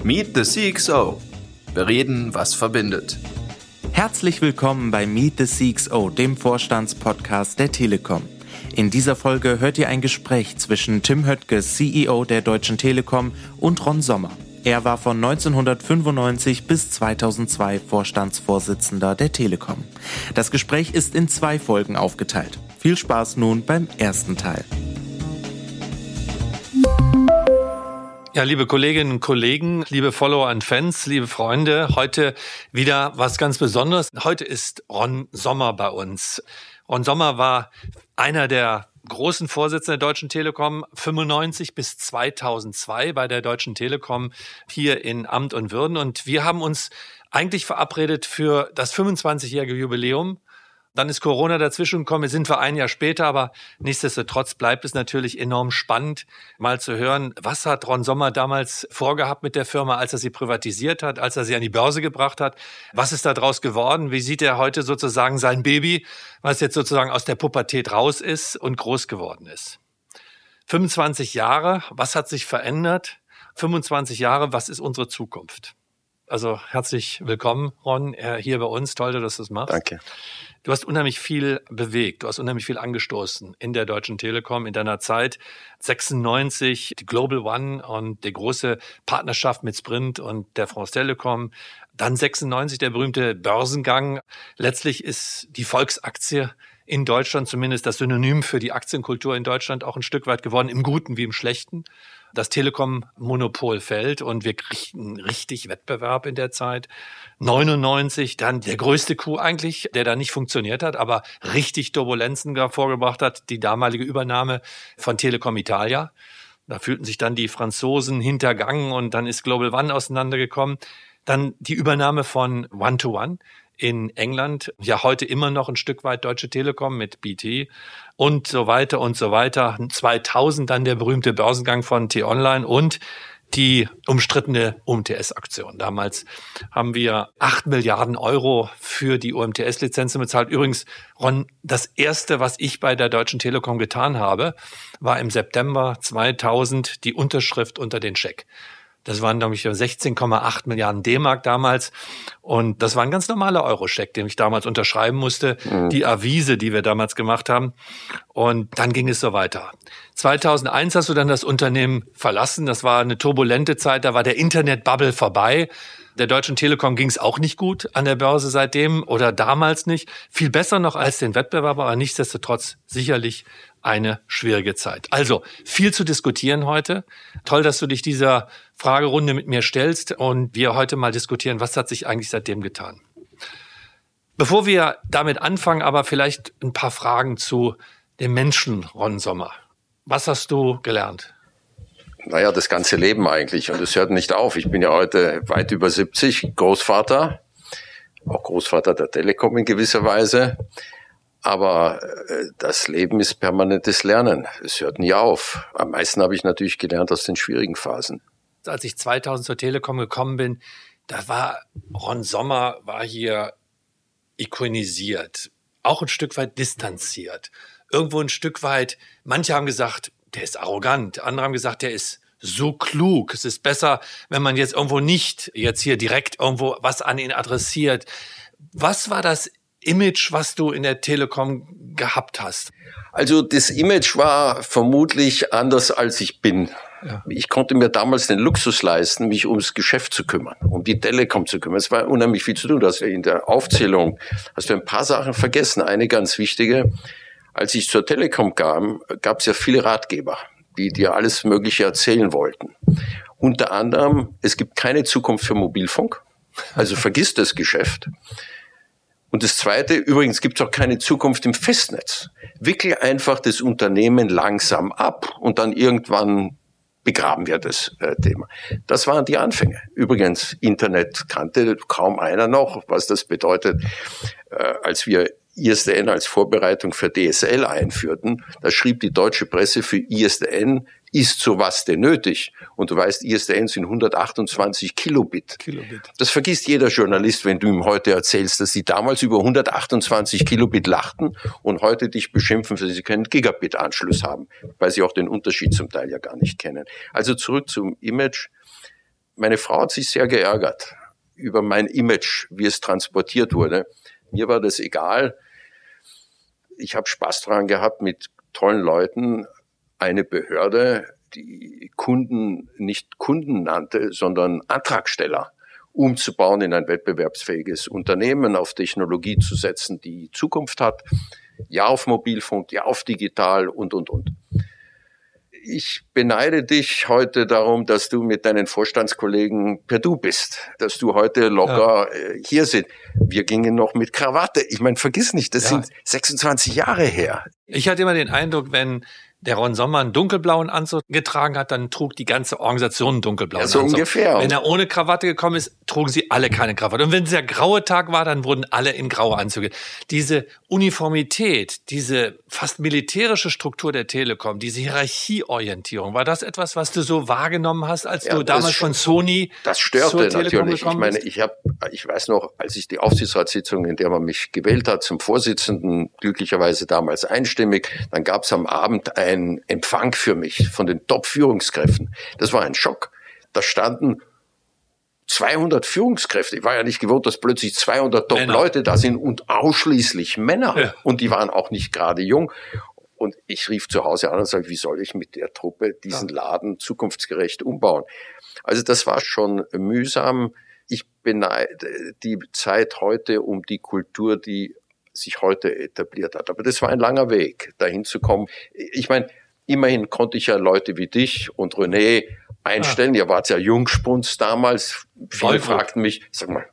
Meet the CXO. Wir reden, was verbindet. Herzlich willkommen bei Meet the CXO, dem Vorstandspodcast der Telekom. In dieser Folge hört ihr ein Gespräch zwischen Tim Höttges, CEO der Deutschen Telekom, und Ron Sommer. Er war von 1995 bis 2002 Vorstandsvorsitzender der Telekom. Das Gespräch ist in 2 Folgen aufgeteilt. Viel Spaß nun beim ersten Teil. Ja, liebe Kolleginnen und Kollegen, liebe Follower und Fans, liebe Freunde, heute wieder was ganz Besonderes. Heute ist Ron Sommer bei uns. Ron Sommer war einer der großen Vorsitzenden der Deutschen Telekom, 95 bis 2002 bei der Deutschen Telekom hier in Amt und Würden. Und wir haben uns eigentlich verabredet für das 25-jährige Jubiläum. Dann ist Corona dazwischen gekommen, jetzt sind wir ein Jahr später, aber nichtsdestotrotz bleibt es natürlich enorm spannend, mal zu hören, was hat Ron Sommer damals vorgehabt mit der Firma, als er sie privatisiert hat, als er sie an die Börse gebracht hat. Was ist daraus geworden? Wie sieht er heute sozusagen sein Baby, was jetzt sozusagen aus der Pubertät raus ist und groß geworden ist? 25 Jahre, was hat sich verändert? 25 Jahre, was ist unsere Zukunft? Also herzlich willkommen, Ron, hier bei uns. Toll, dass du das machst. Danke. Du hast unheimlich viel bewegt, du hast unheimlich viel angestoßen in der Deutschen Telekom in deiner Zeit. 96, die Global One und die große Partnerschaft mit Sprint und der France Telekom. Dann 96 der berühmte Börsengang. Letztlich ist die Volksaktie in Deutschland zumindest das Synonym für die Aktienkultur in Deutschland auch ein Stück weit geworden, im Guten wie im Schlechten. Das Telekom-Monopol fällt und wir kriegen richtig Wettbewerb in der Zeit. 99, dann der größte Coup eigentlich, der da nicht funktioniert hat, aber richtig Turbulenzen hervorgebracht hat, die damalige Übernahme von Telecom Italia. Da fühlten sich dann die Franzosen hintergangen und dann ist Global One auseinandergekommen. Dann die Übernahme von One-to-One in England, ja heute immer noch ein Stück weit Deutsche Telekom mit BT und so weiter und so weiter. 2000 dann der berühmte Börsengang von T-Online und die umstrittene UMTS-Aktion. Damals haben wir 8 Milliarden Euro für die UMTS-Lizenzen bezahlt. Übrigens, Ron, das Erste, was ich bei der Deutschen Telekom getan habe, war im September 2000 die Unterschrift unter den Scheck. Das waren, glaube ich, 16,8 Milliarden D-Mark damals. Und das war ein ganz normaler Euro-Scheck, den ich damals unterschreiben musste. Die Avise, die wir damals gemacht haben. Und dann ging es so weiter. 2001 hast du dann das Unternehmen verlassen. Das war eine turbulente Zeit. Da war der Internet-Bubble vorbei. Der Deutschen Telekom ging es auch nicht gut an der Börse seitdem oder damals nicht. Viel besser noch als den Wettbewerber, aber nichtsdestotrotz sicherlich eine schwierige Zeit. Also viel zu diskutieren heute. Toll, dass du dich dieser Fragerunde mit mir stellst und wir heute mal diskutieren, was hat sich eigentlich seitdem getan. Bevor wir damit anfangen, aber vielleicht ein paar Fragen zu dem Menschen Ron Sommer. Was hast du gelernt? Naja, das ganze Leben eigentlich. Und es hört nicht auf. Ich bin ja heute weit über 70, Großvater, auch Großvater der Telekom in gewisser Weise. Aber das Leben ist permanentes Lernen. Es hört nie auf. Am meisten habe ich natürlich gelernt aus den schwierigen Phasen. Als ich 2000 zur Telekom gekommen bin, da war Ron Sommer hier ikonisiert, auch ein Stück weit distanziert. Irgendwo ein Stück weit, manche haben gesagt, der ist arrogant. Andere haben gesagt, der ist so klug. Es ist besser, wenn man jetzt irgendwo nicht jetzt hier direkt irgendwo was an ihn adressiert. Was war das Image, was du in der Telekom gehabt hast? Also das Image war vermutlich anders, als ich bin. Ja. Ich konnte mir damals den Luxus leisten, mich ums Geschäft zu kümmern, um die Telekom zu kümmern. Es war unheimlich viel zu tun. Du hast ja in der Aufzählung hast du ein paar Sachen vergessen. Eine ganz wichtige: Als ich zur Telekom kam, gab es ja viele Ratgeber, die dir alles Mögliche erzählen wollten. Unter anderem, es gibt keine Zukunft für Mobilfunk, also vergiss das Geschäft. Und das Zweite, übrigens gibt es auch keine Zukunft im Festnetz. Wickel einfach das Unternehmen langsam ab und dann irgendwann begraben wir das Thema. Das waren die Anfänge. Übrigens, Internet kannte kaum einer noch, was das bedeutet, als wir ISDN als Vorbereitung für DSL einführten. Da schrieb die deutsche Presse für ISDN, ist sowas denn nötig? Und du weißt, ISDN sind 128 Kilobit. Das vergisst jeder Journalist, wenn du ihm heute erzählst, dass sie damals über 128 Kilobit lachten und heute dich beschimpfen, dass sie keinen Gigabit-Anschluss haben, weil sie auch den Unterschied zum Teil ja gar nicht kennen. Also zurück zum Image. Meine Frau hat sich sehr geärgert über mein Image, wie es transportiert wurde. Mir war das egal. Ich habe Spaß daran gehabt, mit tollen Leuten eine Behörde, die Kunden nicht Kunden nannte, sondern Antragsteller, umzubauen in ein wettbewerbsfähiges Unternehmen, auf Technologie zu setzen, die Zukunft hat. Ja auf Mobilfunk, ja auf digital und. Ich beneide dich heute darum, dass du mit deinen Vorstandskollegen per Du bist, dass du heute locker hier sitzt. Wir gingen noch mit Krawatte. Ich meine, vergiss nicht, das sind 26 Jahre her. Ich hatte immer den Eindruck, wenn der Ron Sommer einen dunkelblauen Anzug getragen hat, dann trug die ganze Organisation einen dunkelblauen Anzug. Ja, so ungefähr. Wenn er ohne Krawatte gekommen ist, trugen sie alle keine Krawatte. Und wenn es der graue Tag war, dann wurden alle in graue Anzüge. Diese Uniformität, diese fast militärische Struktur der Telekom, diese Hierarchieorientierung, war das etwas, was du so wahrgenommen hast, als du damals von Sony das störte zur Telekom natürlich. Ich meine, ich weiß noch, als ich die Aufsichtsratssitzung, in der man mich gewählt hat zum Vorsitzenden, glücklicherweise damals einstimmig, dann gab es am Abend ein Empfang für mich von den Top-Führungskräften. Das war ein Schock. Da standen 200 Führungskräfte. Ich war ja nicht gewohnt, dass plötzlich 200 Top-Leute da sind und ausschließlich Männer. Ja. Und die waren auch nicht gerade jung. Und ich rief zu Hause an und sagte, wie soll ich mit der Truppe diesen Laden zukunftsgerecht umbauen? Also das war schon mühsam. Ich beneide die Zeit heute um die Kultur, die sich heute etabliert hat. Aber das war ein langer Weg, dahin zu kommen. Ich meine, immerhin konnte ich ja Leute wie dich und René einstellen. Ihr wart ja Jungspuns damals. Viele fragten mich, sag mal,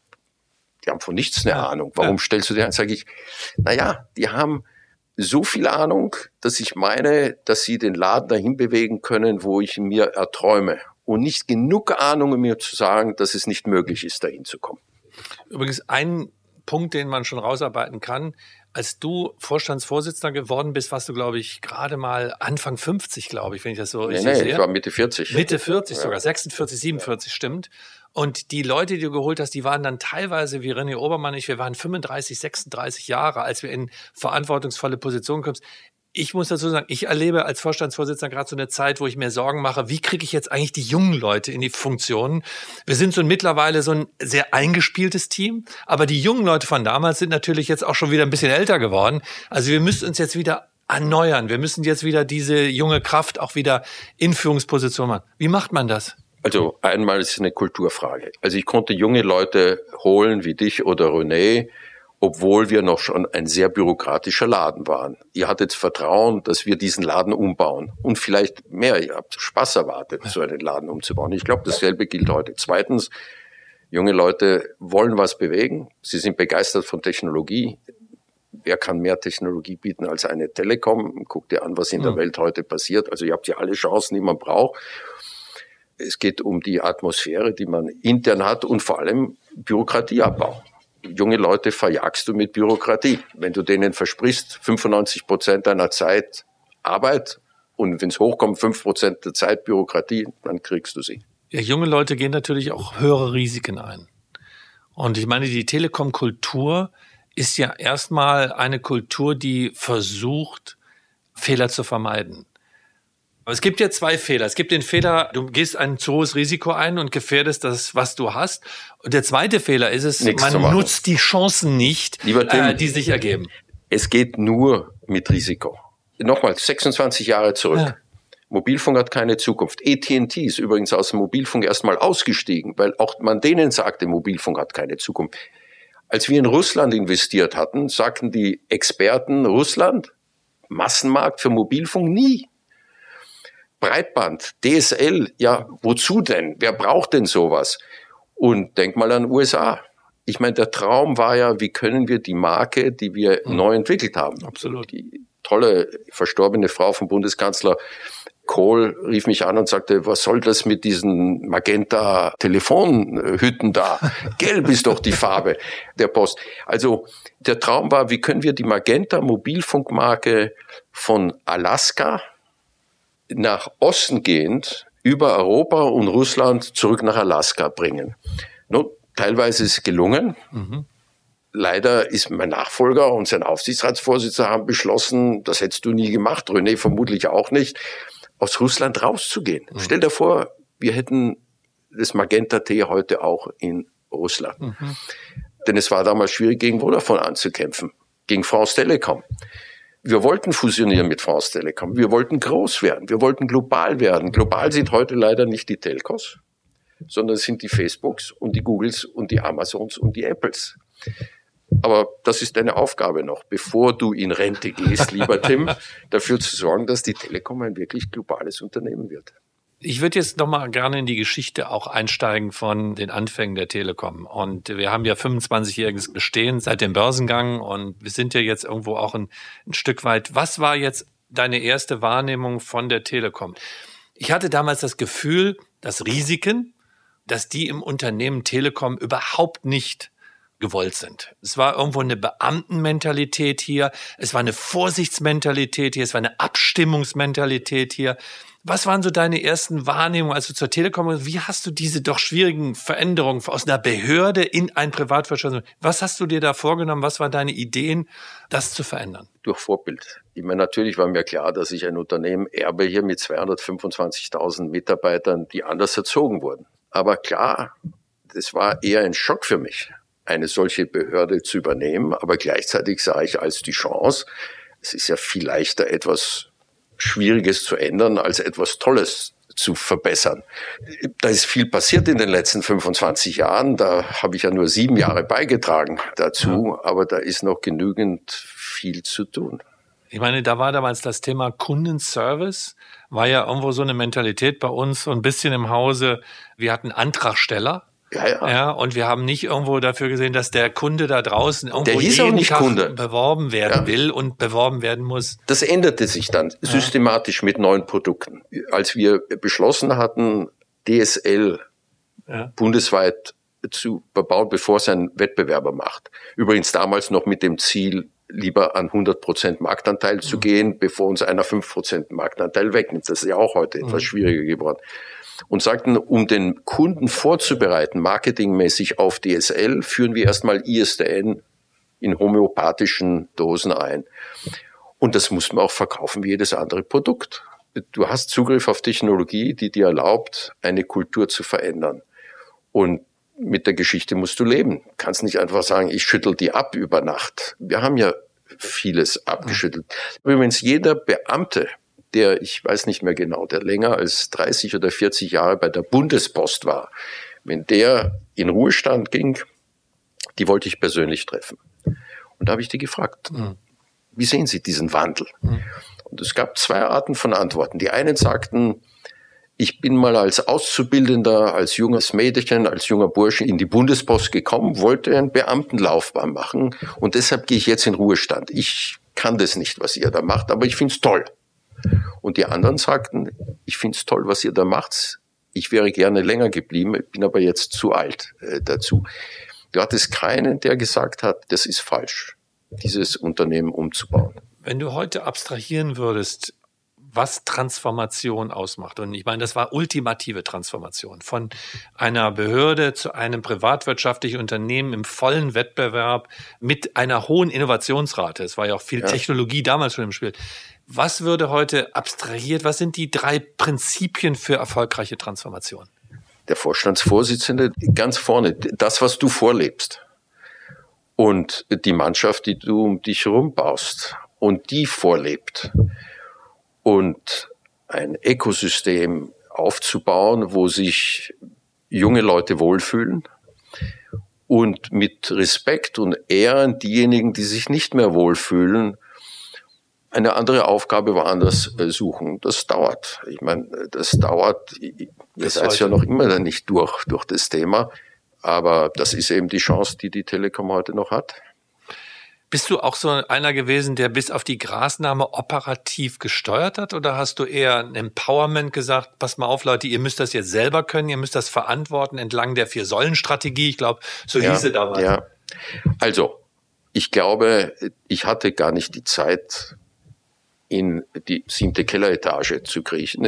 die haben von nichts eine Ahnung. Warum stellst du die ein? Sag ich, die haben so viel Ahnung, dass ich meine, dass sie den Laden dahin bewegen können, wo ich mir erträume. Und nicht genug Ahnung, um mir zu sagen, dass es nicht möglich ist, dahin zu kommen. Übrigens, ein Punkt, den man schon rausarbeiten kann. Als du Vorstandsvorsitzender geworden bist, warst du, glaube ich, gerade mal Anfang 50, glaube ich, wenn ich das so richtig sehe. Ich war Mitte 40. Mitte 40 sogar, 46, 47, stimmt. Und die Leute, die du geholt hast, die waren dann teilweise, wie René Obermann, wir waren 35, 36 Jahre, als wir in verantwortungsvolle Positionen kamen. Ich muss dazu sagen, ich erlebe als Vorstandsvorsitzender gerade so eine Zeit, wo ich mir Sorgen mache, wie kriege ich jetzt eigentlich die jungen Leute in die Funktionen? Wir sind mittlerweile so ein sehr eingespieltes Team, aber die jungen Leute von damals sind natürlich jetzt auch schon wieder ein bisschen älter geworden. Also wir müssen uns jetzt wieder erneuern. Wir müssen jetzt wieder diese junge Kraft auch wieder in Führungspositionen machen. Wie macht man das? Also einmal ist es eine Kulturfrage. Also ich konnte junge Leute holen wie dich oder René, obwohl wir noch schon ein sehr bürokratischer Laden waren. Ihr hattet Vertrauen, dass wir diesen Laden umbauen. Und vielleicht mehr, ihr habt Spaß erwartet, so einen Laden umzubauen. Ich glaube, dasselbe gilt heute. Zweitens, junge Leute wollen was bewegen. Sie sind begeistert von Technologie. Wer kann mehr Technologie bieten als eine Telekom? Guck dir an, was in der Welt heute passiert. Also ihr habt ja alle Chancen, die man braucht. Es geht um die Atmosphäre, die man intern hat und vor allem Bürokratieabbau. Junge Leute verjagst du mit Bürokratie. Wenn du denen versprichst, 95% deiner Zeit Arbeit und wenn es hochkommt, 5% der Zeit Bürokratie, dann kriegst du sie. Ja, junge Leute gehen natürlich auch höhere Risiken ein. Und ich meine, die Telekom-Kultur ist ja erstmal eine Kultur, die versucht, Fehler zu vermeiden. Aber es gibt ja zwei Fehler. Es gibt den Fehler, du gehst ein zu hohes Risiko ein und gefährdest das, was du hast. Und der zweite Fehler ist es, man nutzt die Chancen nicht, die sich ergeben. Es geht nur mit Risiko. Nochmal, 26 Jahre zurück. Ja. Mobilfunk hat keine Zukunft. AT&T ist übrigens aus dem Mobilfunk erstmal ausgestiegen, weil auch man denen sagte, Mobilfunk hat keine Zukunft. Als wir in Russland investiert hatten, sagten die Experten, Russland, Massenmarkt für Mobilfunk nie. Breitband, DSL, ja, wozu denn? Wer braucht denn sowas? Und denk mal an USA. Ich meine, der Traum war ja, wie können wir die Marke, die wir neu entwickelt haben. Absolut. Die tolle, verstorbene Frau vom Bundeskanzler Kohl rief mich an und sagte, was soll das mit diesen Magenta-Telefonhütten da? Gelb ist doch die Farbe der Post. Also der Traum war, wie können wir die Magenta-Mobilfunkmarke von Alaska nach Osten gehend über Europa und Russland zurück nach Alaska bringen. Nun, teilweise ist es gelungen. Leider ist mein Nachfolger und sein Aufsichtsratsvorsitzender haben beschlossen, das hättest du nie gemacht, René vermutlich auch nicht, aus Russland rauszugehen. Stell dir vor, wir hätten das Magenta-T heute auch in Russland. Denn es war damals schwierig, gegen Vodafone anzukämpfen, gegen France Telecom. Wir wollten fusionieren mit France Telecom. Wir wollten groß werden. Wir wollten global werden. Global sind heute leider nicht die Telcos, sondern es sind die Facebooks und die Googles und die Amazons und die Apples. Aber das ist deine Aufgabe noch, bevor du in Rente gehst, lieber Tim, dafür zu sorgen, dass die Telekom ein wirklich globales Unternehmen wird. Ich würde jetzt nochmal gerne in die Geschichte auch einsteigen von den Anfängen der Telekom. Und wir haben ja 25-jähriges Bestehen seit dem Börsengang und wir sind ja jetzt irgendwo auch ein Stück weit. Was war jetzt deine erste Wahrnehmung von der Telekom? Ich hatte damals das Gefühl, dass Risiken, dass die im Unternehmen Telekom überhaupt nicht gewollt sind. Es war irgendwo eine Beamtenmentalität hier, es war eine Vorsichtsmentalität hier, es war eine Abstimmungsmentalität hier. Was waren so deine ersten Wahrnehmungen, als du zur Telekom warst? Wie hast du diese doch schwierigen Veränderungen aus einer Behörde in ein Privatwirtschaft? Was hast du dir da vorgenommen? Was waren deine Ideen, das zu verändern? Durch Vorbild. Ich meine, natürlich war mir klar, dass ich ein Unternehmen erbe hier mit 225.000 Mitarbeitern, die anders erzogen wurden. Aber klar, das war eher ein Schock für mich, eine solche Behörde zu übernehmen. Aber gleichzeitig sah ich als die Chance, es ist ja viel leichter, etwas Schwieriges zu ändern, als etwas Tolles zu verbessern. Da ist viel passiert in den letzten 25 Jahren. Da habe ich ja nur 7 Jahre beigetragen dazu, aber da ist noch genügend viel zu tun. Ich meine, da war damals das Thema Kundenservice, war ja irgendwo so eine Mentalität bei uns, so ein bisschen im Hause. Wir hatten Antragsteller. Ja, und wir haben nicht irgendwo dafür gesehen, dass der Kunde da draußen irgendwo jeden Tag beworben werden will und beworben werden muss. Das änderte sich dann systematisch mit neuen Produkten. Als wir beschlossen hatten, DSL bundesweit zu bebauen, bevor es ein Wettbewerber macht. Übrigens damals noch mit dem Ziel, lieber an 100% Marktanteil zu gehen, bevor uns einer 5% Marktanteil wegnimmt. Das ist ja auch heute etwas schwieriger geworden. Und sagten, um den Kunden vorzubereiten, marketingmäßig auf DSL, führen wir erstmal ISDN in homöopathischen Dosen ein. Und das muss man auch verkaufen wie jedes andere Produkt. Du hast Zugriff auf Technologie, die dir erlaubt, eine Kultur zu verändern. Und mit der Geschichte musst du leben. Du kannst nicht einfach sagen, ich schüttel die ab über Nacht. Wir haben ja vieles abgeschüttelt. Übrigens, jeder Beamte, der, ich weiß nicht mehr genau, der länger als 30 oder 40 Jahre bei der Bundespost war, wenn der in Ruhestand ging, die wollte ich persönlich treffen. Und da habe ich die gefragt, wie sehen Sie diesen Wandel? Und es gab 2 Arten von Antworten. Die einen sagten, ich bin mal als Auszubildender, als junges Mädchen, als junger Bursche in die Bundespost gekommen, wollte eine Beamtenlaufbahn machen und deshalb gehe ich jetzt in Ruhestand. Ich kann das nicht, was ihr da macht, aber ich finde es toll. Und die anderen sagten, ich finde es toll, was ihr da macht. Ich wäre gerne länger geblieben, bin aber jetzt zu alt dazu. Du hattest keinen, der gesagt hat, das ist falsch, dieses Unternehmen umzubauen. Wenn du heute abstrahieren würdest, was Transformation ausmacht, und ich meine, das war ultimative Transformation, von einer Behörde zu einem privatwirtschaftlichen Unternehmen im vollen Wettbewerb mit einer hohen Innovationsrate. Es war ja auch viel Technologie damals schon im Spiel. Was würde heute abstrahiert? Was sind die 3 Prinzipien für erfolgreiche Transformation? Der Vorstandsvorsitzende ganz vorne, das, was du vorlebst und die Mannschaft, die du um dich herum baust und die vorlebt und ein Ökosystem aufzubauen, wo sich junge Leute wohlfühlen und mit Respekt und Ehren diejenigen, die sich nicht mehr wohlfühlen, eine andere Aufgabe woanders suchen. Das dauert. Ich meine, das dauert. Ihr seid ja noch immer nicht durch das Thema. Aber das ist eben die Chance, die die Telekom heute noch hat. Bist du auch so einer gewesen, der bis auf die Grasnahme operativ gesteuert hat? Oder hast du eher ein Empowerment gesagt, pass mal auf, Leute, ihr müsst das jetzt selber können, ihr müsst das verantworten entlang der 4-Säulen-Strategie? Ich glaube, so hieß sie damals. Ja. Also, ich glaube, ich hatte gar nicht die Zeit, in die 7. Kelleretage zu kriechen.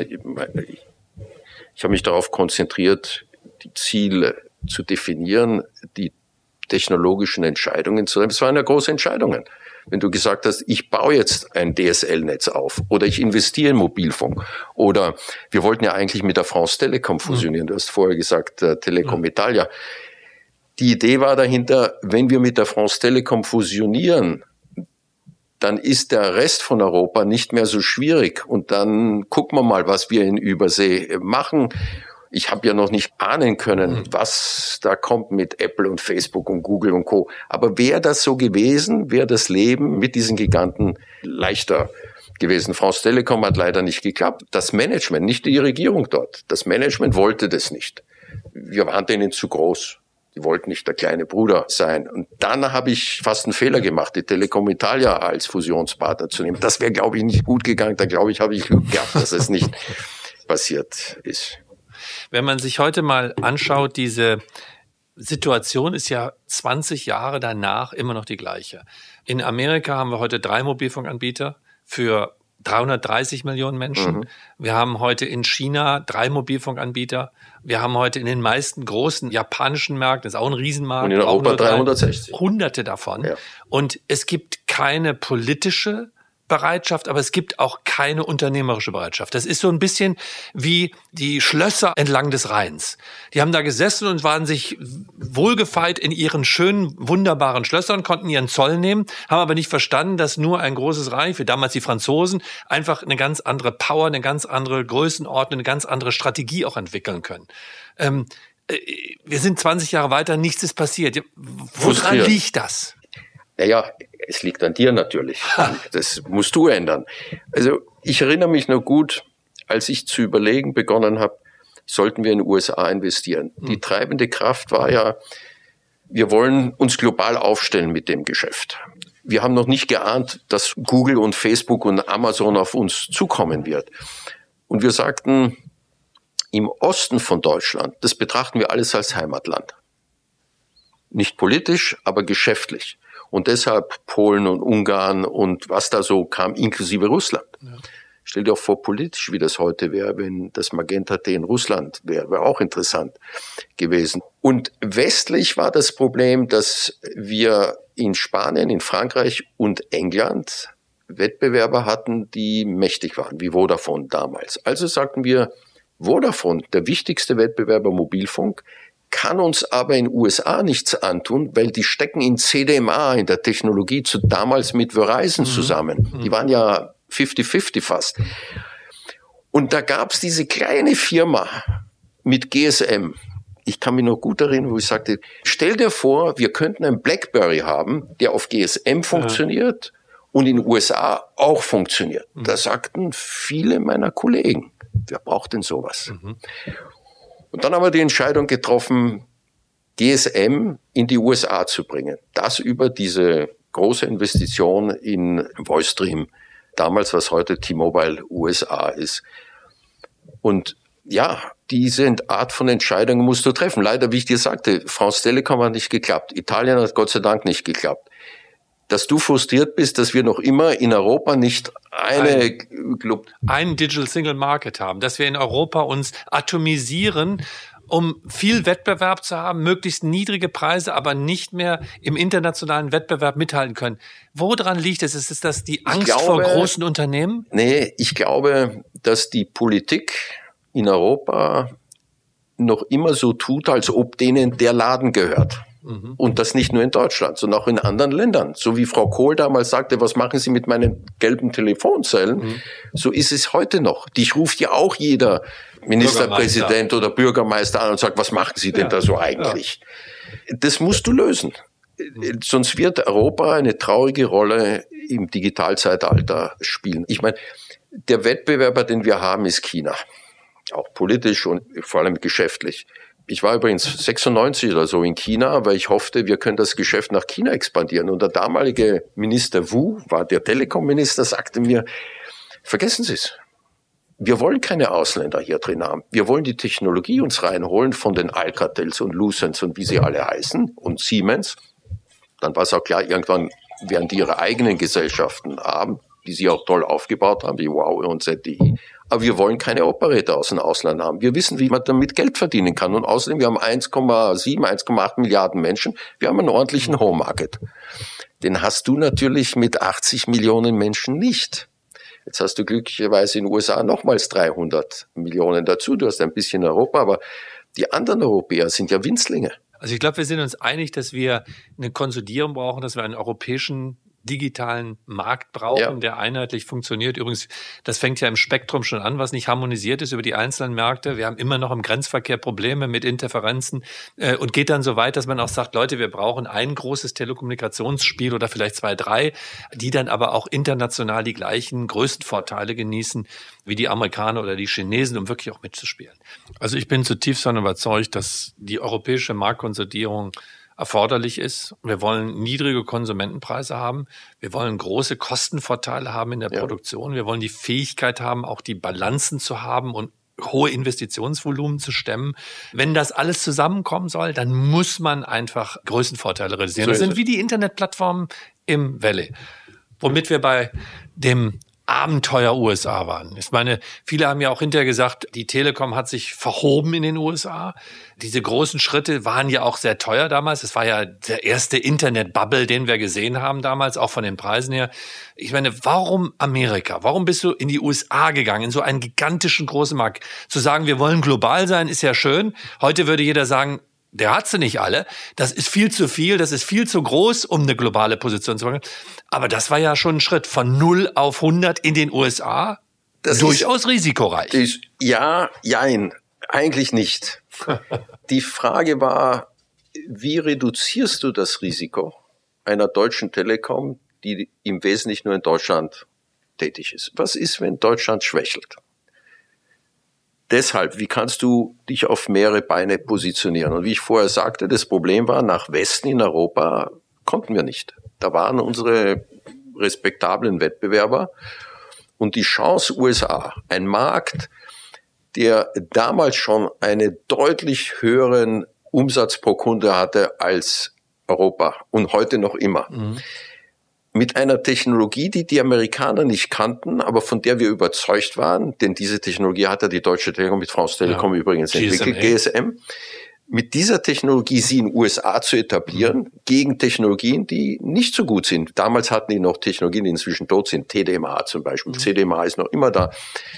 Ich habe mich darauf konzentriert, die Ziele zu definieren, die technologischen Entscheidungen zu treffen. Es waren ja große Entscheidungen. wenn du gesagt hast, ich baue jetzt ein DSL-Netz auf oder ich investiere in Mobilfunk oder wir wollten ja eigentlich mit der France Telecom fusionieren. Du hast vorher gesagt, Telecom Italia. Die Idee war dahinter, wenn wir mit der France Telecom fusionieren, dann ist der Rest von Europa nicht mehr so schwierig. Und dann gucken wir mal, was wir in Übersee machen. Ich habe ja noch nicht ahnen können, was da kommt mit Apple und Facebook und Google und Co. Aber wäre das so gewesen, wäre das Leben mit diesen Giganten leichter gewesen. France Telecom hat leider nicht geklappt. Das Management, nicht die Regierung dort, das Management wollte das nicht. Wir waren denen zu groß. Die wollten nicht der kleine Bruder sein. Und dann habe ich fast einen Fehler gemacht, die Telecom Italia als Fusionspartner zu nehmen. Das wäre, glaube ich, nicht gut gegangen. Da, glaube ich, habe ich Glück gehabt, dass es nicht passiert ist. Wenn man sich heute mal anschaut, diese Situation ist ja 20 Jahre danach immer noch die gleiche. In Amerika haben wir heute 3 Mobilfunkanbieter für 330 Millionen Menschen. Wir haben heute in China 3 Mobilfunkanbieter. Wir haben heute in den meisten großen japanischen Märkten, das ist auch ein Riesenmarkt. Und in Europa 360. Hunderte davon. Ja. Und es gibt keine politische Bereitschaft, aber es gibt auch keine unternehmerische Bereitschaft. Das ist so ein bisschen wie die Schlösser entlang des Rheins. Die haben da gesessen und waren sich wohlgefeit in ihren schönen, wunderbaren Schlössern, konnten ihren Zoll nehmen, haben aber nicht verstanden, dass nur ein großes Reich, wie damals die Franzosen, einfach eine ganz andere Power, eine ganz andere Größenordnung, eine ganz andere Strategie auch entwickeln können. Wir sind 20 Jahre weiter, nichts ist passiert. Woran liegt das? Naja, es liegt an dir natürlich. Das musst du ändern. Also ich erinnere mich noch gut, als ich zu überlegen begonnen habe, sollten wir in den USA investieren. Die treibende Kraft war ja, wir wollen uns global aufstellen mit dem Geschäft. Wir haben noch nicht geahnt, dass Google und Facebook und Amazon auf uns zukommen wird. Und wir sagten, im Osten von Deutschland, das betrachten wir alles als Heimatland. Nicht politisch, aber geschäftlich. Und deshalb Polen und Ungarn und was da so kam, inklusive Russland. Ja. Stell dir auch vor, politisch, wie das heute wäre, wenn das Magenta T in Russland wäre, wäre auch interessant gewesen. Und westlich war das Problem, dass wir in Spanien, in Frankreich und England Wettbewerber hatten, die mächtig waren, wie Vodafone damals. Also sagten wir, Vodafone, der wichtigste Wettbewerber Mobilfunk, kann uns aber in den USA nichts antun, weil die stecken in CDMA, in der Technologie, damals mit Verizon zusammen. Die waren ja 50-50 fast. Und da gab's diese kleine Firma mit GSM. Ich kann mich noch gut erinnern, wo ich sagte, stell dir vor, wir könnten einen BlackBerry haben, der auf GSM funktioniert und in den USA auch funktioniert. Da sagten viele meiner Kollegen, wer braucht denn sowas? Und dann haben wir die Entscheidung getroffen, GSM in die USA zu bringen. Das über diese große Investition in Voicestream, damals was heute T-Mobile USA ist. Und ja, diese Art von Entscheidungen musst du treffen. Leider, wie ich dir sagte, France Telecom hat nicht geklappt. Italien hat Gott sei Dank nicht geklappt. Dass du frustriert bist, dass wir noch immer in Europa nicht einen Digital Single Market haben, dass wir in Europa uns atomisieren, um viel Wettbewerb zu haben, möglichst niedrige Preise, aber nicht mehr im internationalen Wettbewerb mithalten können. Woran liegt es? Ist das die Angst vor großen Unternehmen? Nee, ich glaube, dass die Politik in Europa noch immer so tut, als ob denen der Laden gehört. Und das nicht nur in Deutschland, sondern auch in anderen Ländern. So wie Frau Kohl damals sagte, was machen Sie mit meinen gelben Telefonzellen? So ist es heute noch. Dich ruft ja auch jeder Ministerpräsident oder Bürgermeister an und sagt, was machen Sie denn da so eigentlich? Ja. Das musst du lösen. Sonst wird Europa eine traurige Rolle im Digitalzeitalter spielen. Ich meine, der Wettbewerber, den wir haben, ist China. Auch politisch und vor allem geschäftlich. Ich war übrigens 96 oder so in China, weil ich hoffte, wir können das Geschäft nach China expandieren. Und der damalige Minister Wu, war der Telekom-Minister, sagte mir, vergessen Sie es. Wir wollen keine Ausländer hier drin haben. Wir wollen die Technologie uns reinholen von den Alcatels und Lucents und wie sie alle heißen und Siemens. Dann war es auch klar, irgendwann werden die ihre eigenen Gesellschaften haben, die sie auch toll aufgebaut haben, wie Huawei und ZTE. Aber wir wollen keine Operator aus dem Ausland haben. Wir wissen, wie man damit Geld verdienen kann. Und außerdem, wir haben 1,7, 1,8 Milliarden Menschen. Wir haben einen ordentlichen Home Market. Den hast du natürlich mit 80 Millionen Menschen nicht. Jetzt hast du glücklicherweise in den USA nochmals 300 Millionen dazu. Du hast ein bisschen Europa, aber die anderen Europäer sind ja Winzlinge. Also ich glaube, wir sind uns einig, dass wir eine Konsolidierung brauchen, dass wir einen europäischen digitalen Markt brauchen, der einheitlich funktioniert. Übrigens, das fängt ja im Spektrum schon an, was nicht harmonisiert ist über die einzelnen Märkte. Wir haben immer noch im Grenzverkehr Probleme mit Interferenzen und geht dann so weit, dass man auch sagt, Leute, wir brauchen ein großes Telekommunikationsspiel oder vielleicht 2, 3, die dann aber auch international die gleichen Größenvorteile genießen wie die Amerikaner oder die Chinesen, um wirklich auch mitzuspielen. Also ich bin zutiefst davon überzeugt, dass die europäische Marktkonsolidierung erforderlich ist. Wir wollen niedrige Konsumentenpreise haben. Wir wollen große Kostenvorteile haben in der Produktion. Wir wollen die Fähigkeit haben, auch die Balancen zu haben und hohe Investitionsvolumen zu stemmen. Wenn das alles zusammenkommen soll, dann muss man einfach Größenvorteile realisieren. Das sind wie die Internetplattformen im Valley, womit wir bei dem Abenteuer USA waren. Ich meine, viele haben ja auch hinterher gesagt, die Telekom hat sich verhoben in den USA. Diese großen Schritte waren ja auch sehr teuer damals. Es war ja der erste Internet-Bubble, den wir gesehen haben damals, auch von den Preisen her. Ich meine, warum Amerika? Warum bist du in die USA gegangen, in so einen gigantischen großen Markt? Zu sagen, wir wollen global sein, ist ja schön. Heute würde jeder sagen, der hat sie nicht alle. Das ist viel zu viel, das ist viel zu groß, um eine globale Position zu machen. Aber das war ja schon ein Schritt von 0 auf 100 in den USA. Das durchaus risikoreich. Jein, eigentlich nicht. Die Frage war, wie reduzierst du das Risiko einer deutschen Telekom, die im Wesentlichen nur in Deutschland tätig ist? Was ist, wenn Deutschland schwächelt? Deshalb, wie kannst du dich auf mehrere Beine positionieren? Und wie ich vorher sagte, das Problem war, nach Westen in Europa konnten wir nicht. Da waren unsere respektablen Wettbewerber. Und die Chance USA, ein Markt, der damals schon einen deutlich höheren Umsatz pro Kunde hatte als Europa und heute noch immer. Mit einer Technologie, die die Amerikaner nicht kannten, aber von der wir überzeugt waren, denn diese Technologie hat ja die Deutsche Telekom mit France Telekom übrigens entwickelt, GSM. Mit dieser Technologie sie in den USA zu etablieren, gegen Technologien, die nicht so gut sind. Damals hatten die noch Technologien, die inzwischen tot sind, TDMA zum Beispiel. CDMA ist noch immer da.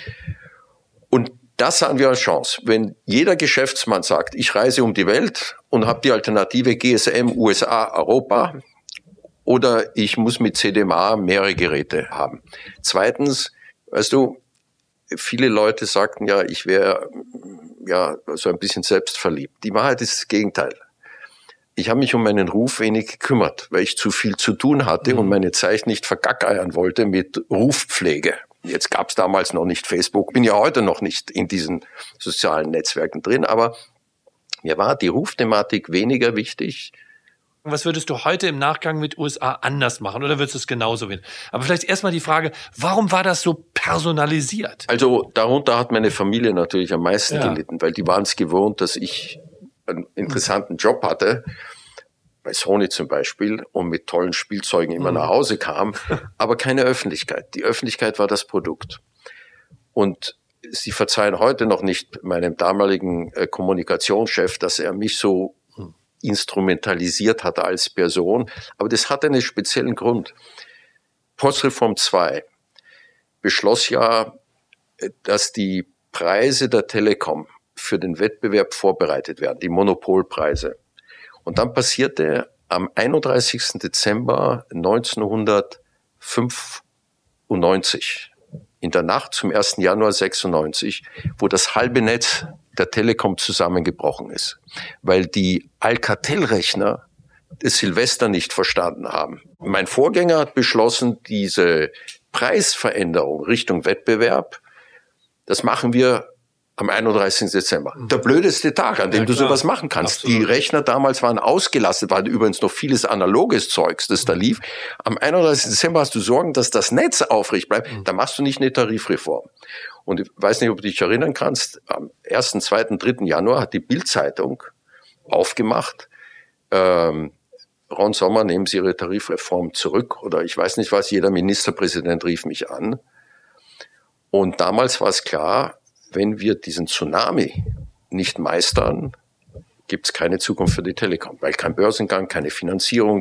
Und das sahen wir als Chance. Wenn jeder Geschäftsmann sagt, ich reise um die Welt und habe die Alternative GSM, USA, Europa, oder ich muss mit CDMA mehrere Geräte haben. Zweitens, weißt du, viele Leute sagten ja, ich wäre ja so ein bisschen selbstverliebt. Die Wahrheit ist das Gegenteil. Ich habe mich um meinen Ruf wenig gekümmert, weil ich zu viel zu tun hatte und meine Zeit nicht vergackeiern wollte mit Rufpflege. Jetzt gab es damals noch nicht Facebook, bin ja heute noch nicht in diesen sozialen Netzwerken drin, aber mir war die Rufthematik weniger wichtig. Was würdest du heute im Nachgang mit USA anders machen oder würdest du es genauso wählen? Aber vielleicht erstmal die Frage, warum war das so personalisiert? Also darunter hat meine Familie natürlich am meisten gelitten, weil die waren es gewohnt, dass ich einen interessanten Job hatte, bei Sony zum Beispiel, und mit tollen Spielzeugen immer nach Hause kam, aber keine Öffentlichkeit. Die Öffentlichkeit war das Produkt. Und Sie verzeihen heute noch nicht meinem damaligen Kommunikationschef, dass er mich so instrumentalisiert hat als Person. Aber das hat einen speziellen Grund. Postreform 2 beschloss ja, dass die Preise der Telekom für den Wettbewerb vorbereitet werden, die Monopolpreise. Und dann passierte am 31. Dezember 1995, in der Nacht zum 1. Januar 96, wo das halbe Netz der Telekom zusammengebrochen ist, weil die Alcatel-Rechner das Silvester nicht verstanden haben. Mein Vorgänger hat beschlossen, diese Preisveränderung Richtung Wettbewerb, das machen wir am 31. Dezember. Der blödeste Tag, an dem du sowas machen kannst. Absolut. Die Rechner damals waren ausgelastet, waren übrigens noch vieles analoges Zeugs, das da lief. Am 31. Dezember hast du Sorgen, dass das Netz aufrecht bleibt. Da machst du nicht eine Tarifreform. Und ich weiß nicht, ob du dich erinnern kannst, am 1., 2., 3. Januar hat die Bild-Zeitung aufgemacht, Ron Sommer, nehmen Sie Ihre Tarifreform zurück, oder ich weiß nicht was, jeder Ministerpräsident rief mich an. Und damals war es klar, wenn wir diesen Tsunami nicht meistern, gibt es keine Zukunft für die Telekom, weil kein Börsengang, keine Finanzierung,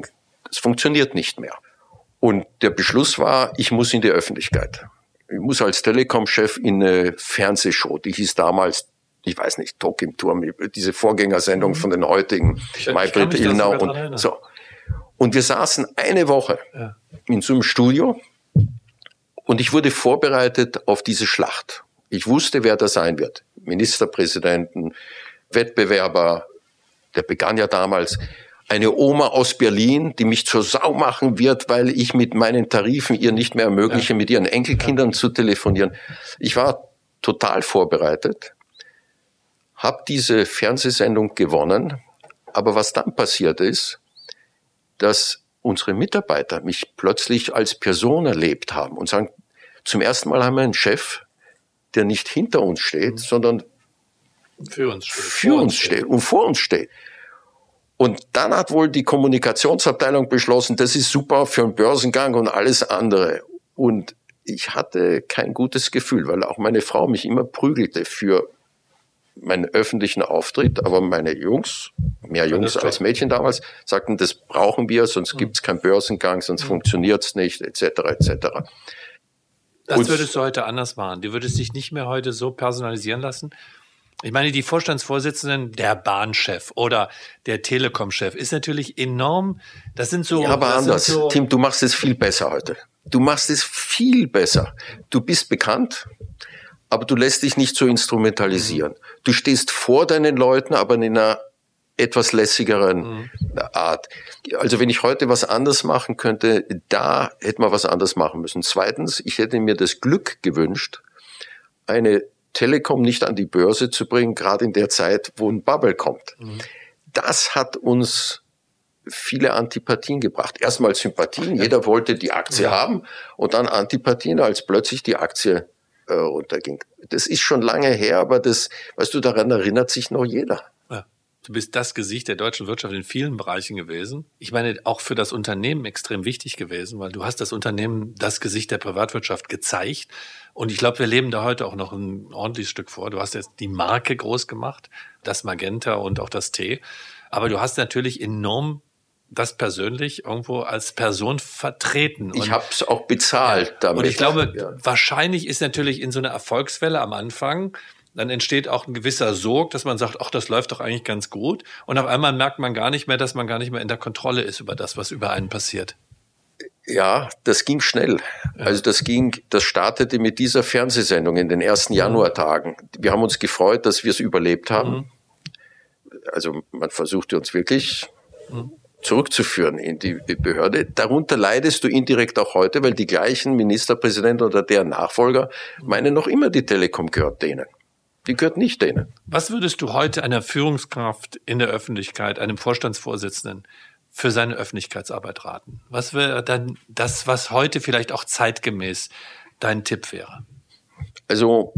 Es funktioniert nicht mehr. Und der Beschluss war, ich muss in die Öffentlichkeit. Ich muss als Telekom-Chef in eine Fernsehshow, die hieß damals, ich weiß nicht, Talk im Turm, diese Vorgängersendung von den heutigen, Maybrit Illner und so. Und wir saßen eine Woche in so einem Studio und ich wurde vorbereitet auf diese Schlacht. Ich wusste, wer da sein wird. Ministerpräsidenten, Wettbewerber, der begann ja damals, eine Oma aus Berlin, die mich zur Sau machen wird, weil ich mit meinen Tarifen ihr nicht mehr ermögliche, mit ihren Enkelkindern zu telefonieren. Ich war total vorbereitet, habe diese Fernsehsendung gewonnen, aber was dann passiert ist, dass unsere Mitarbeiter mich plötzlich als Person erlebt haben und sagen, zum ersten Mal haben wir einen Chef, der nicht hinter uns steht, sondern für uns steht und vor uns steht. Und dann hat wohl die Kommunikationsabteilung beschlossen, das ist super für einen Börsengang und alles andere. Und ich hatte kein gutes Gefühl, weil auch meine Frau mich immer prügelte für meinen öffentlichen Auftritt. Aber meine Jungs, mehr Jungs als Mädchen damals, sagten, das brauchen wir, sonst gibt's keinen Börsengang, sonst funktioniert's nicht, etc. etc. Das würdest du heute anders machen. Du würdest dich nicht mehr heute so personalisieren lassen. Ich meine, die Vorstandsvorsitzenden, der Bahnchef oder der Telekom-Chef ist natürlich enorm. Das sind so. Ja, aber anders. Tim, du machst es viel besser heute. Du machst es viel besser. Du bist bekannt, aber du lässt dich nicht so instrumentalisieren. Du stehst vor deinen Leuten, aber in einer etwas lässigeren Art. Also wenn ich heute was anders machen könnte, da hätte man was anders machen müssen. Zweitens, ich hätte mir das Glück gewünscht, eine Telekom nicht an die Börse zu bringen, gerade in der Zeit, wo ein Bubble kommt. Das hat uns viele Antipathien gebracht. Erstmal Sympathien, jeder wollte die Aktie haben und dann Antipathien, als plötzlich die Aktie runterging. Das ist schon lange her, aber das, weißt du, daran erinnert sich noch jeder. Du bist das Gesicht der deutschen Wirtschaft in vielen Bereichen gewesen. Ich meine, auch für das Unternehmen extrem wichtig gewesen, weil du hast das Unternehmen, das Gesicht der Privatwirtschaft gezeigt. Und ich glaube, wir leben da heute auch noch ein ordentliches Stück vor. Du hast jetzt die Marke groß gemacht, das Magenta und auch das T. Aber du hast natürlich enorm das persönlich irgendwo als Person vertreten. Ich habe es auch bezahlt damit. Und ich glaube, wahrscheinlich ist natürlich in so einer Erfolgswelle am Anfang, dann entsteht auch ein gewisser Sog, dass man sagt, ach, das läuft doch eigentlich ganz gut. Und auf einmal merkt man gar nicht mehr, dass man gar nicht mehr in der Kontrolle ist über das, was über einen passiert. Ja, das ging schnell. Also das startete mit dieser Fernsehsendung in den ersten Januartagen. Wir haben uns gefreut, dass wir es überlebt haben. Also man versuchte uns wirklich zurückzuführen in die Behörde. Darunter leidest du indirekt auch heute, weil die gleichen Ministerpräsidenten oder deren Nachfolger meinen noch immer, die Telekom gehört denen. Die gehört nicht denen. Was würdest du heute einer Führungskraft in der Öffentlichkeit, einem Vorstandsvorsitzenden, für seine Öffentlichkeitsarbeit raten? Was wäre dann das, was heute vielleicht auch zeitgemäß dein Tipp wäre? Also,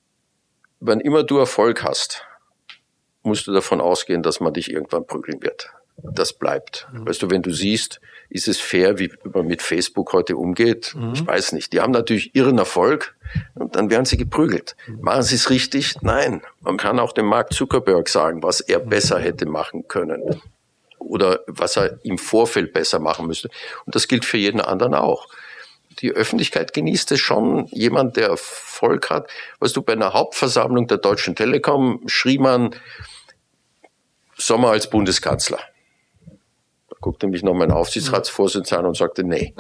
wann immer du Erfolg hast, musst du davon ausgehen, dass man dich irgendwann prügeln wird. Das bleibt. Weißt du, wenn du siehst, ist es fair, wie man mit Facebook heute umgeht? Ich weiß nicht. Die haben natürlich ihren Erfolg und dann werden sie geprügelt. Machen sie es richtig? Nein. Man kann auch dem Mark Zuckerberg sagen, was er besser hätte machen können oder was er im Vorfeld besser machen müsste. Und das gilt für jeden anderen auch. Die Öffentlichkeit genießt es schon. Jemand, der Erfolg hat. Weißt du, bei einer Hauptversammlung der Deutschen Telekom schrie man Sommer als Bundeskanzler. Guckte mich noch mein Aufsichtsratsvorsitzender an und sagte, nee.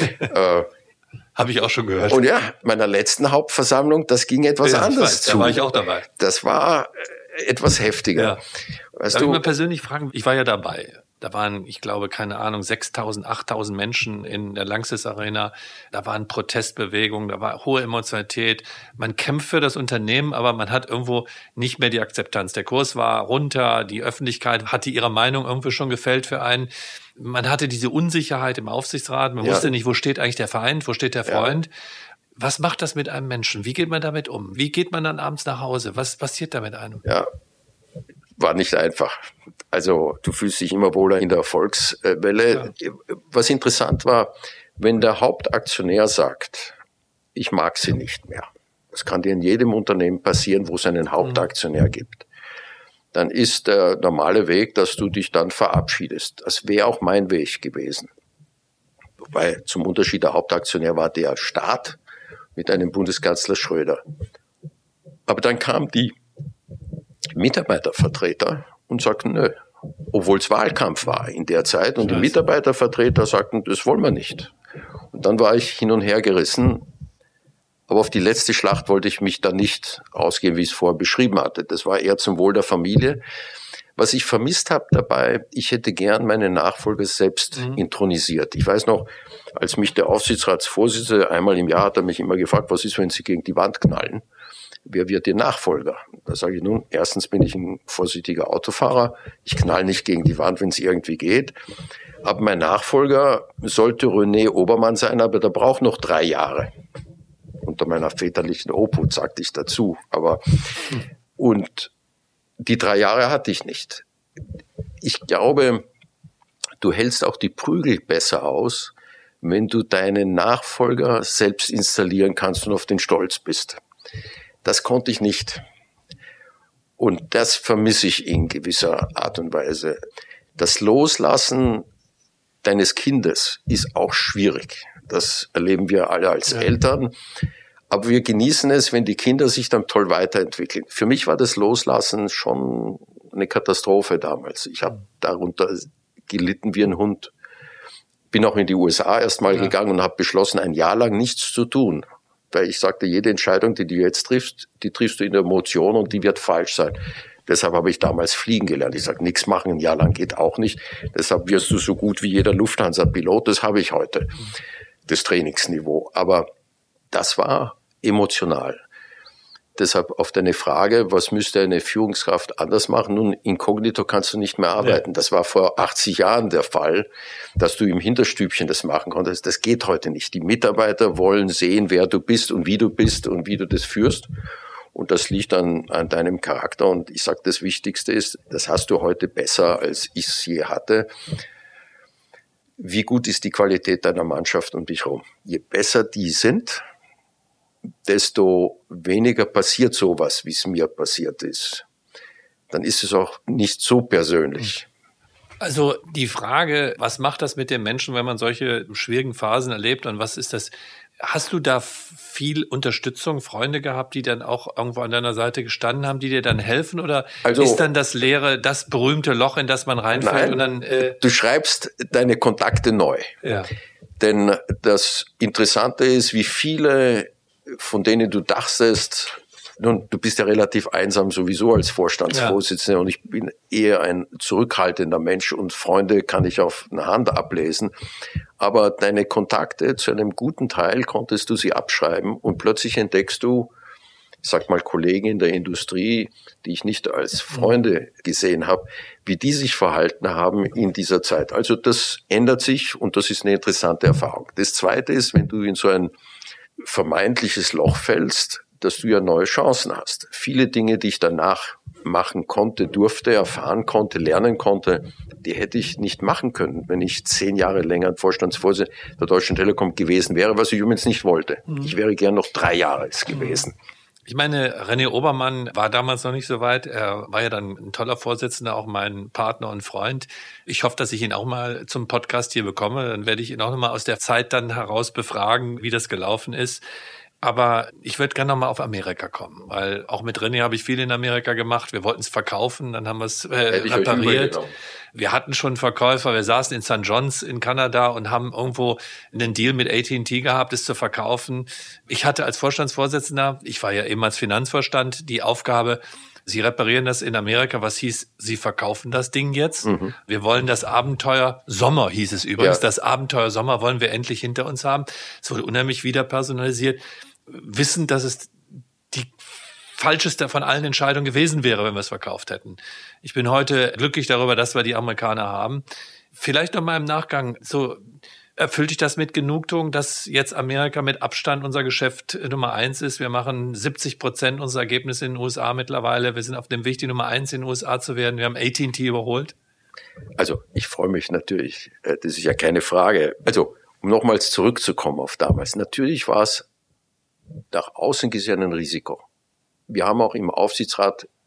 Habe ich auch schon gehört. Und ja, meiner letzten Hauptversammlung, das ging etwas anders zu. Da war ich auch dabei. Das war etwas heftiger. Ja. Darf ich mal persönlich fragen, ich war ja dabei. Da waren, ich glaube, keine Ahnung, 6.000, 8.000 Menschen in der Lanxess Arena. Da waren Protestbewegungen, da war hohe Emotionalität. Man kämpft für das Unternehmen, aber man hat irgendwo nicht mehr die Akzeptanz. Der Kurs war runter, die Öffentlichkeit hatte ihre Meinung irgendwie schon gefällt für einen. Man hatte diese Unsicherheit im Aufsichtsrat. Man wusste nicht, wo steht eigentlich der Feind, wo steht der Freund. Ja. Was macht das mit einem Menschen? Wie geht man damit um? Wie geht man dann abends nach Hause? Was passiert da mit einem? Ja, war nicht einfach. Also du fühlst dich immer wohler in der Erfolgswelle. Ja. Was interessant war, wenn der Hauptaktionär sagt, ich mag sie nicht mehr. Das kann dir in jedem Unternehmen passieren, wo es einen Hauptaktionär gibt. dann ist der normale Weg, dass du dich dann verabschiedest. Das wäre auch mein Weg gewesen. Wobei zum Unterschied der Hauptaktionär war der Staat mit einem Bundeskanzler Schröder. Aber dann kamen die Mitarbeitervertreter und sagten, nö, obwohl es Wahlkampf war in der Zeit. Und die Mitarbeitervertreter sagten, das wollen wir nicht. Und dann war ich hin und her gerissen. Aber auf die letzte Schlacht wollte ich mich dann nicht ausgehen, wie ich es vorher beschrieben hatte. Das war eher zum Wohl der Familie. Was ich vermisst habe dabei, ich hätte gern meine Nachfolger selbst intronisiert. Ich weiß noch, als mich der Aufsichtsratsvorsitzende einmal im Jahr hat er mich immer gefragt, was ist, wenn Sie gegen die Wand knallen? Wer wird Ihr Nachfolger? Da sage ich nun, erstens bin ich ein vorsichtiger Autofahrer. Ich knall nicht gegen die Wand, wenn es irgendwie geht. Aber mein Nachfolger sollte René Obermann sein, aber der braucht noch 3 Jahre. Unter meiner väterlichen Obhut, sagte ich dazu. Und die 3 Jahre hatte ich nicht. Ich glaube, du hältst auch die Prügel besser aus, wenn du deinen Nachfolger selbst installieren kannst und auf den stolz bist. Das konnte ich nicht. Und das vermisse ich in gewisser Art und Weise. Das Loslassen deines Kindes ist auch schwierig. Das erleben wir alle als Eltern. Aber wir genießen es, wenn die Kinder sich dann toll weiterentwickeln. Für mich war das Loslassen schon eine Katastrophe damals. Ich habe darunter gelitten wie ein Hund. Bin auch in die USA erstmal gegangen und habe beschlossen, ein Jahr lang nichts zu tun. Weil ich sagte, jede Entscheidung, die du jetzt triffst, die triffst du in der Emotion und die wird falsch sein. Deshalb habe ich damals fliegen gelernt. Ich sage, nichts machen, ein Jahr lang geht auch nicht. Deshalb wirst du so gut wie jeder Lufthansa-Pilot. Das habe ich heute, das Trainingsniveau. Aber das war emotional. Deshalb auf deine Frage, was müsste eine Führungskraft anders machen? Nun, inkognito kannst du nicht mehr arbeiten. Das war vor 80 Jahren der Fall, dass du im Hinterstübchen das machen konntest. Das geht heute nicht. Die Mitarbeiter wollen sehen, wer du bist und wie du das führst. Und das liegt an deinem Charakter. Und ich sage, das Wichtigste ist, das hast du heute besser, als ich es je hatte. Wie gut ist die Qualität deiner Mannschaft um dich herum? Je besser die sind, desto weniger passiert sowas, wie es mir passiert ist. Dann ist es auch nicht so persönlich. Also die Frage, was macht das mit dem Menschen, wenn man solche schwierigen Phasen erlebt und was ist das? Hast du da viel Unterstützung, Freunde gehabt, die dann auch irgendwo an deiner Seite gestanden haben, die dir dann helfen? Oder ist dann das berühmte Loch, in das man reinfällt? Nein, und dann, du schreibst deine Kontakte neu. Ja. Denn das Interessante ist, wie viele, von denen du dachtest, nun, du bist ja relativ einsam sowieso als Vorstandsvorsitzender und ich bin eher ein zurückhaltender Mensch und Freunde kann ich auf eine Hand ablesen. Aber deine Kontakte, zu einem guten Teil konntest du sie abschreiben und plötzlich entdeckst du, ich sag mal Kollegen in der Industrie, die ich nicht als Freunde gesehen habe, wie die sich verhalten haben in dieser Zeit. Also das ändert sich und das ist eine interessante Erfahrung. Das Zweite ist, wenn du in so ein vermeintliches Loch fällst, dass du ja neue Chancen hast. Viele Dinge, die ich danach machen konnte, durfte, erfahren konnte, lernen konnte, die hätte ich nicht machen können, wenn ich 10 Jahre länger Vorstandsvorsitzender der Deutschen Telekom gewesen wäre, was ich übrigens nicht wollte. Ich wäre gern noch 3 Jahre gewesen. Ich meine, René Obermann war damals noch nicht so weit. Er war ja dann ein toller Vorsitzender, auch mein Partner und Freund. Ich hoffe, dass ich ihn auch mal zum Podcast hier bekomme. Dann werde ich ihn auch nochmal aus der Zeit dann heraus befragen, wie das gelaufen ist. Aber ich würde gerne nochmal auf Amerika kommen, weil auch mit René habe ich viel in Amerika gemacht. Wir wollten es verkaufen, dann haben wir es repariert. Wir hatten schon Verkäufer, wir saßen in St. John's in Kanada und haben irgendwo einen Deal mit AT&T gehabt, es zu verkaufen. Ich hatte als Vorstandsvorsitzender, ich war ja eben als Finanzvorstand, die Aufgabe, Sie reparieren das in Amerika, was hieß, Sie verkaufen das Ding jetzt. Wir wollen das Abenteuer Sommer, hieß es übrigens. Ja. Das Abenteuer Sommer wollen wir endlich hinter uns haben. Es wurde unheimlich wieder personalisiert. Wissen, dass es die falscheste von allen Entscheidungen gewesen wäre, wenn wir es verkauft hätten. Ich bin heute glücklich darüber, dass wir die Amerikaner haben. Vielleicht noch mal im Nachgang, so erfüllt dich das mit Genugtuung, dass jetzt Amerika mit Abstand unser Geschäft Nummer 1 ist. Wir machen 70% unserer Ergebnisse in den USA mittlerweile. Wir sind auf dem Weg, die Nummer 1 in den USA zu werden. Wir haben AT&T überholt. Also ich freue mich natürlich. Das ist ja keine Frage. Also um nochmals zurückzukommen auf damals. Natürlich war es nach außen gesehen ein Risiko. Wir haben auch im Aufsichtsrat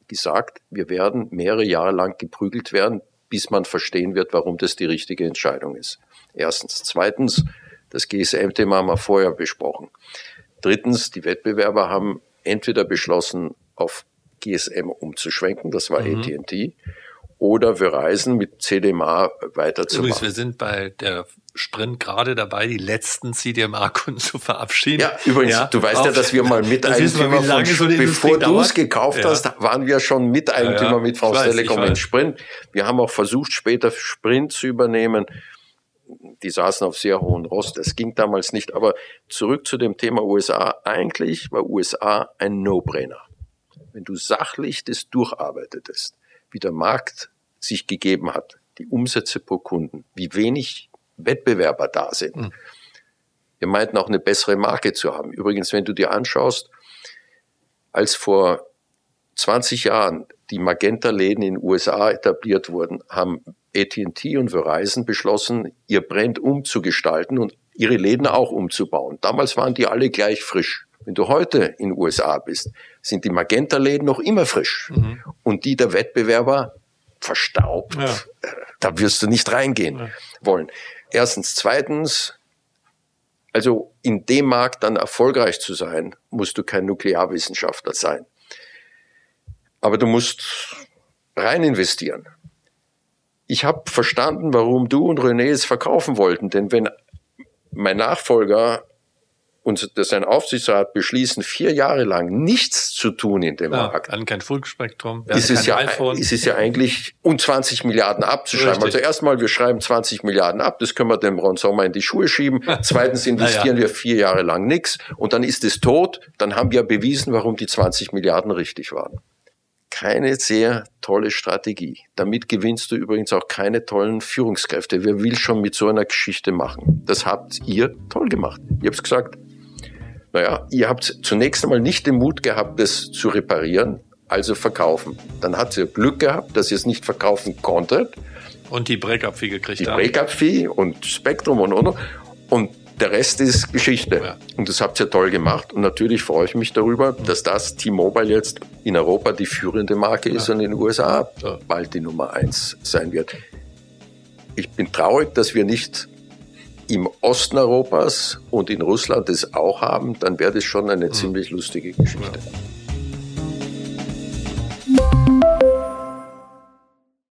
gesagt, wir werden mehrere Jahre lang geprügelt werden, bis man verstehen wird, warum das die richtige Entscheidung ist. Erstens. Zweitens, das GSM-Thema haben wir vorher besprochen. Drittens, die Wettbewerber haben entweder beschlossen, auf GSM umzuschwenken, das war AT&T, oder Verizon mit CDMA weiterzumachen. Übrigens, wir sind bei der Sprint gerade dabei, die letzten CDMA-Kunden zu verabschieden. Ja, übrigens, du weißt ja, dass wir mal Miteigentümer bevor du es gekauft hast, waren wir schon Miteigentümer mit France Telekom in Sprint. Wir haben auch versucht, später Sprint zu übernehmen. Die saßen auf sehr hohen Rost. Das ging damals nicht. Aber zurück zu dem Thema USA. Eigentlich war USA ein No-Brainer. Wenn du sachlich das durcharbeitetest, wie der Markt sich gegeben hat, die Umsätze pro Kunden, wie wenig Wettbewerber da sind. Wir meinten auch eine bessere Marke zu haben. Übrigens, wenn du dir anschaust, als vor 20 Jahren die Magenta-Läden in den USA etabliert wurden, haben AT&T und Verizon beschlossen, ihr Brand umzugestalten und ihre Läden auch umzubauen. Damals waren die alle gleich frisch. Wenn du heute in den USA bist, sind die Magenta-Läden noch immer frisch. Und die der Wettbewerber verstaubt. Ja. Da wirst du nicht reingehen wollen. Erstens. Zweitens, also in dem Markt dann erfolgreich zu sein, musst du kein Nuklearwissenschaftler sein. Aber du musst rein investieren. Ich habe verstanden, warum du und René es verkaufen wollten. Denn wenn mein Nachfolger und sein Aufsichtsrat beschließen, 4 Jahre lang nichts zu tun in dem Markt. Dann kein Funkspektrum, ist es ja eigentlich, und 20 Milliarden abzuschreiben. Richtig. Also erstmal, wir schreiben 20 Milliarden ab, das können wir dem Ron Sommer in die Schuhe schieben. Zweitens investieren wir 4 Jahre lang nichts und dann ist es tot. Dann haben wir bewiesen, warum die 20 Milliarden richtig waren. Keine sehr tolle Strategie. Damit gewinnst du übrigens auch keine tollen Führungskräfte. Wer will schon mit so einer Geschichte machen? Das habt ihr toll gemacht. Ihr habt gesagt, naja, ihr habt zunächst einmal nicht den Mut gehabt, das zu reparieren, also verkaufen. Dann hat ihr Glück gehabt, dass ihr es nicht verkaufen konntet. Und die Break-up-Fee gekriegt haben. Die Break-up-Fee und Spektrum und der Rest ist Geschichte. Ja. Und das habt ihr toll gemacht. Und natürlich freue ich mich darüber, dass das T-Mobile jetzt in Europa die führende Marke ist und in den USA bald die Nummer 1 sein wird. Ich bin traurig, dass wir nicht im Osten Europas und in Russland das auch haben. Dann wäre das schon eine ziemlich lustige Geschichte. Ja.